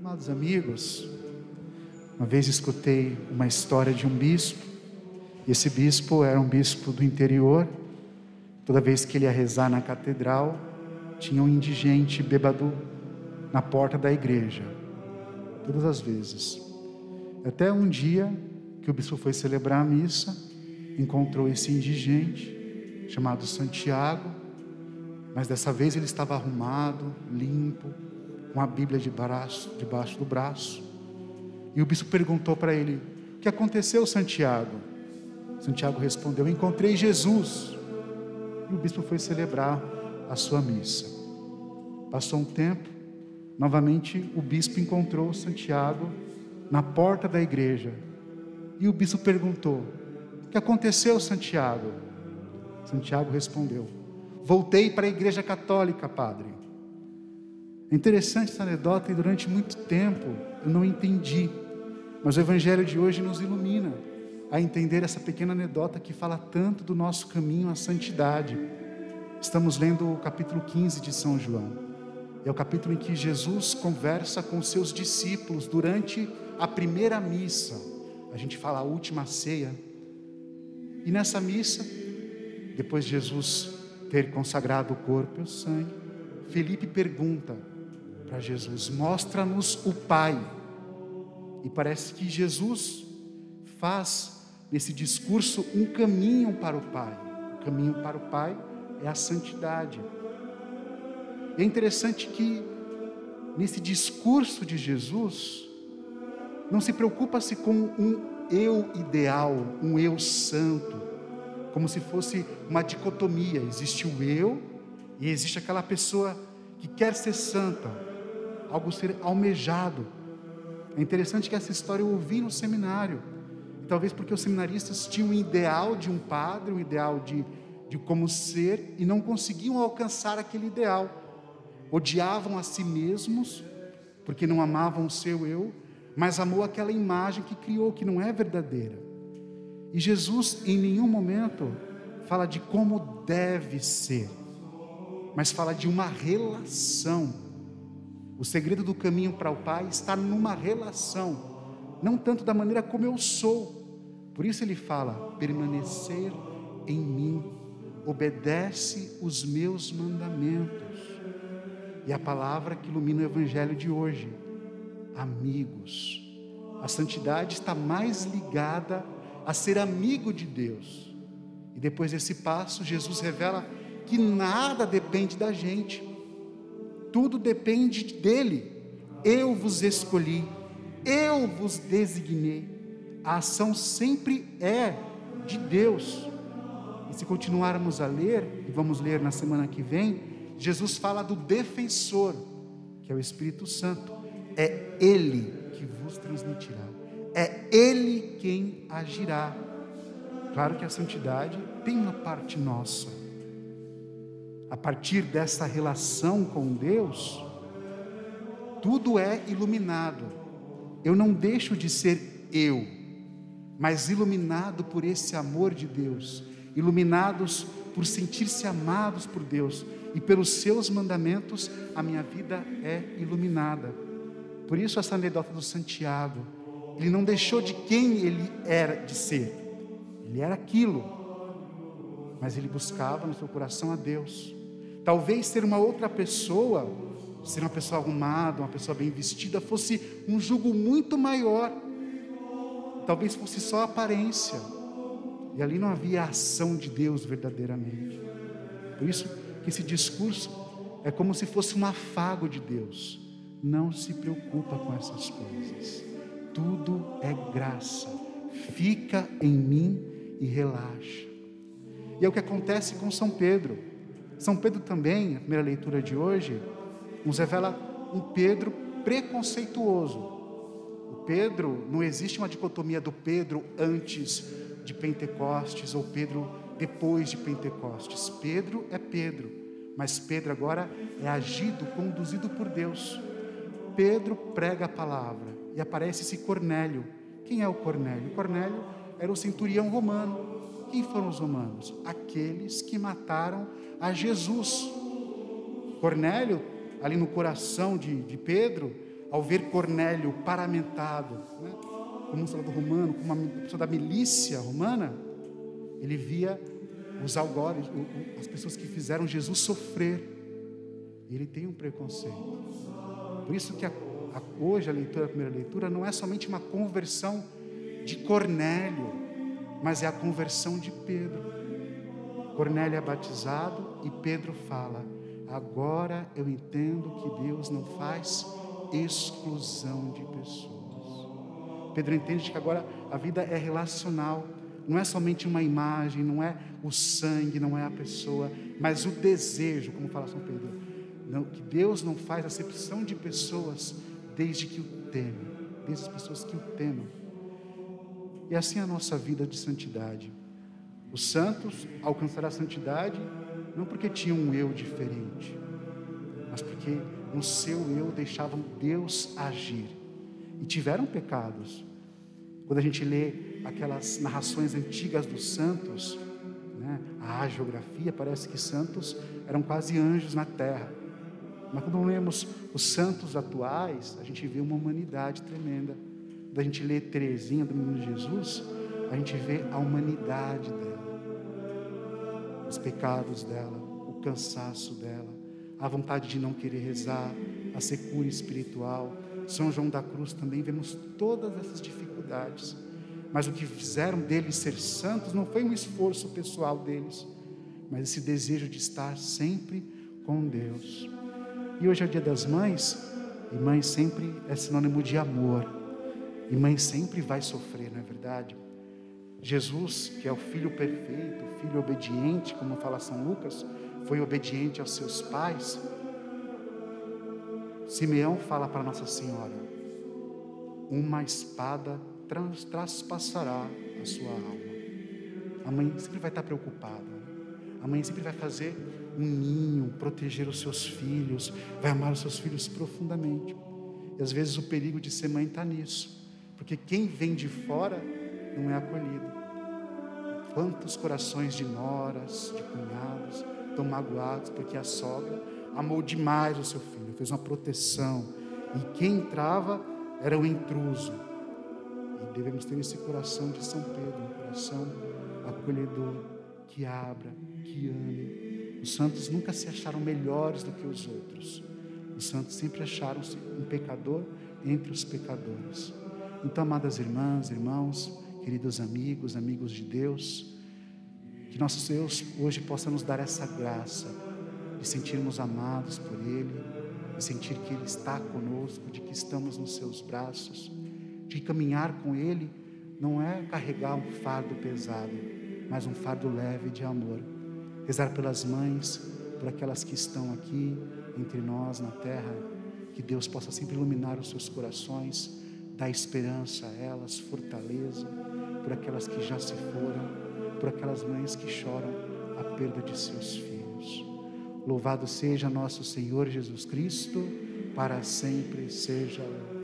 Amados amigos, uma vez escutei uma história de um bispo. Esse bispo era um bispo do interior. Toda vez que ele ia rezar na catedral, tinha um indigente bêbado na porta da igreja, todas as vezes. Até um dia que o bispo foi celebrar a missa, encontrou esse indigente chamado Santiago, mas dessa vez ele estava arrumado, limpo, com a Bíblia debaixo do braço. E o bispo perguntou para ele: o que aconteceu, Santiago? Santiago respondeu: encontrei Jesus. E o bispo foi celebrar a sua missa. Passou um tempo, novamente o bispo encontrou Santiago na porta da igreja. E o bispo perguntou: o que aconteceu, Santiago? Santiago respondeu: voltei para a igreja católica, padre. É interessante essa anedota, e durante muito tempo eu não entendi, mas o evangelho de hoje nos ilumina a entender essa pequena anedota que fala tanto do nosso caminho à santidade. Estamos lendo o capítulo 15 de São João. É o capítulo em que Jesus conversa com seus discípulos durante a primeira missa. A gente fala a última ceia. E nessa missa, depois de Jesus ter consagrado o corpo e o sangue, Felipe pergunta para Jesus: mostra-nos o Pai. E parece que Jesus faz nesse discurso um caminho para o Pai. O caminho para o Pai é a santidade. É interessante que nesse discurso de Jesus não se preocupa-se com um eu ideal, um eu santo, como se fosse uma dicotomia. Existe o eu e existe aquela pessoa que quer ser santa, algo ser almejado. É interessante que essa história eu ouvi no seminário, talvez porque os seminaristas tinham um ideal de um padre, um ideal de como ser, e não conseguiam alcançar aquele ideal. Odiavam a si mesmos, porque não amavam o seu eu, mas amou aquela imagem que criou, que não é verdadeira. E Jesus em nenhum momento fala de como deve ser, mas fala de uma relação. O segredo do caminho para o Pai está numa relação, não tanto da maneira como eu sou. Por isso ele fala: permanecer em mim, obedece os meus mandamentos. E a palavra que ilumina o evangelho de hoje: amigos. A santidade está mais ligada a ser amigo de Deus. E depois desse passo, Jesus revela que nada depende da gente, tudo depende dele. Eu vos escolhi, eu vos designei. A ação sempre é de Deus. E se continuarmos a ler, e vamos ler na semana que vem, Jesus fala do defensor, que é o Espírito Santo. É Ele que vos transmitirá, é Ele quem agirá. Claro que a santidade tem uma parte nossa. A partir dessa relação com Deus, tudo é iluminado. Eu não deixo de ser eu, mas iluminado por esse amor de Deus, iluminados por sentir-se amados por Deus, e pelos seus mandamentos a minha vida é iluminada. Por isso essa anedota do Santiago, ele não deixou de quem ele era de ser, ele era aquilo, mas ele buscava no seu coração a Deus. Talvez ser uma outra pessoa, ser uma pessoa arrumada, uma pessoa bem vestida, fosse um jugo muito maior. Talvez fosse só aparência, e ali não havia ação de Deus verdadeiramente. Por isso que esse discurso é como se fosse um afago de Deus. Não se preocupa com essas coisas, tudo é graça, fica em mim e relaxa. E é o que acontece com São Pedro. São Pedro também, a primeira leitura de hoje, nos revela um Pedro preconceituoso. O Pedro, não existe uma dicotomia do Pedro antes de Pentecostes ou Pedro depois de Pentecostes. Pedro é Pedro, mas Pedro agora é agido, conduzido por Deus. Pedro prega a palavra e aparece esse Cornélio. Quem é o Cornélio? O Cornélio era o centurião romano. Quem foram os romanos? Aqueles que mataram a Jesus. Cornélio, ali no coração de Pedro, ao ver Cornélio paramentado, né, como um soldado romano, como uma pessoa da milícia romana, ele via os algozes, as pessoas que fizeram Jesus sofrer. Ele tem um preconceito. Por isso que hoje a primeira leitura, não é somente uma conversão de Cornélio, mas é a conversão de Pedro. Cornélio é batizado e Pedro fala: agora eu entendo que Deus não faz exclusão de pessoas. Pedro entende que agora a vida é relacional, não é somente uma imagem, não é o sangue, não é a pessoa, mas o desejo, como fala São Pedro, não, que Deus não faz acepção de pessoas desde que o temem, desde as pessoas que o temam. E assim é a nossa vida de santidade. Os santos alcançaram a santidade não porque tinham um eu diferente, mas porque no seu eu deixavam Deus agir, e tiveram pecados. Quando a gente lê aquelas narrações antigas dos santos, né, a hagiografia, parece que santos eram quase anjos na terra. Mas quando lemos os santos atuais, a gente vê uma humanidade tremenda. Quando a gente lê Teresinha do Menino Jesus, a gente vê a humanidade dela, os pecados dela, o cansaço dela, a vontade de não querer rezar, a secura espiritual. São João da Cruz também, vemos todas essas dificuldades. Mas o que fizeram deles ser santos não foi um esforço pessoal deles, mas esse desejo de estar sempre com Deus. E hoje é o Dia das Mães, e mãe sempre é sinônimo de amor, e mãe sempre vai sofrer, não é verdade? Jesus, que é o Filho perfeito, o Filho obediente, como fala São Lucas, foi obediente aos seus pais. Simeão fala para Nossa Senhora: uma espada traspassará a sua alma. A mãe sempre vai estar preocupada, a mãe sempre vai fazer um ninho, proteger os seus filhos, vai amar os seus filhos profundamente. E às vezes o perigo de ser mãe está nisso, porque quem vem de fora não é acolhido. Quantos corações de noras, de cunhados estão magoados porque a sogra amou demais o seu filho, fez uma proteção, e quem entrava era o intruso. E devemos ter esse coração de São Pedro, um coração acolhedor, que abra, que ame. Os santos nunca se acharam melhores do que os outros. Os santos sempre acharam-se um pecador entre os pecadores. Então, amadas irmãs, irmãos, queridos amigos, amigos de Deus, que nosso Deus hoje possa nos dar essa graça de sentirmos amados por Ele, de sentir que Ele está conosco, de que estamos nos seus braços, de caminhar com Ele não é carregar um fardo pesado, mas um fardo leve de amor. Rezar pelas mães, por aquelas que estão aqui entre nós na terra, que Deus possa sempre iluminar os seus corações, dar esperança a elas, fortaleza, por aquelas que já se foram, por aquelas mães que choram a perda de seus filhos. Louvado seja nosso Senhor Jesus Cristo, para sempre seja louvado.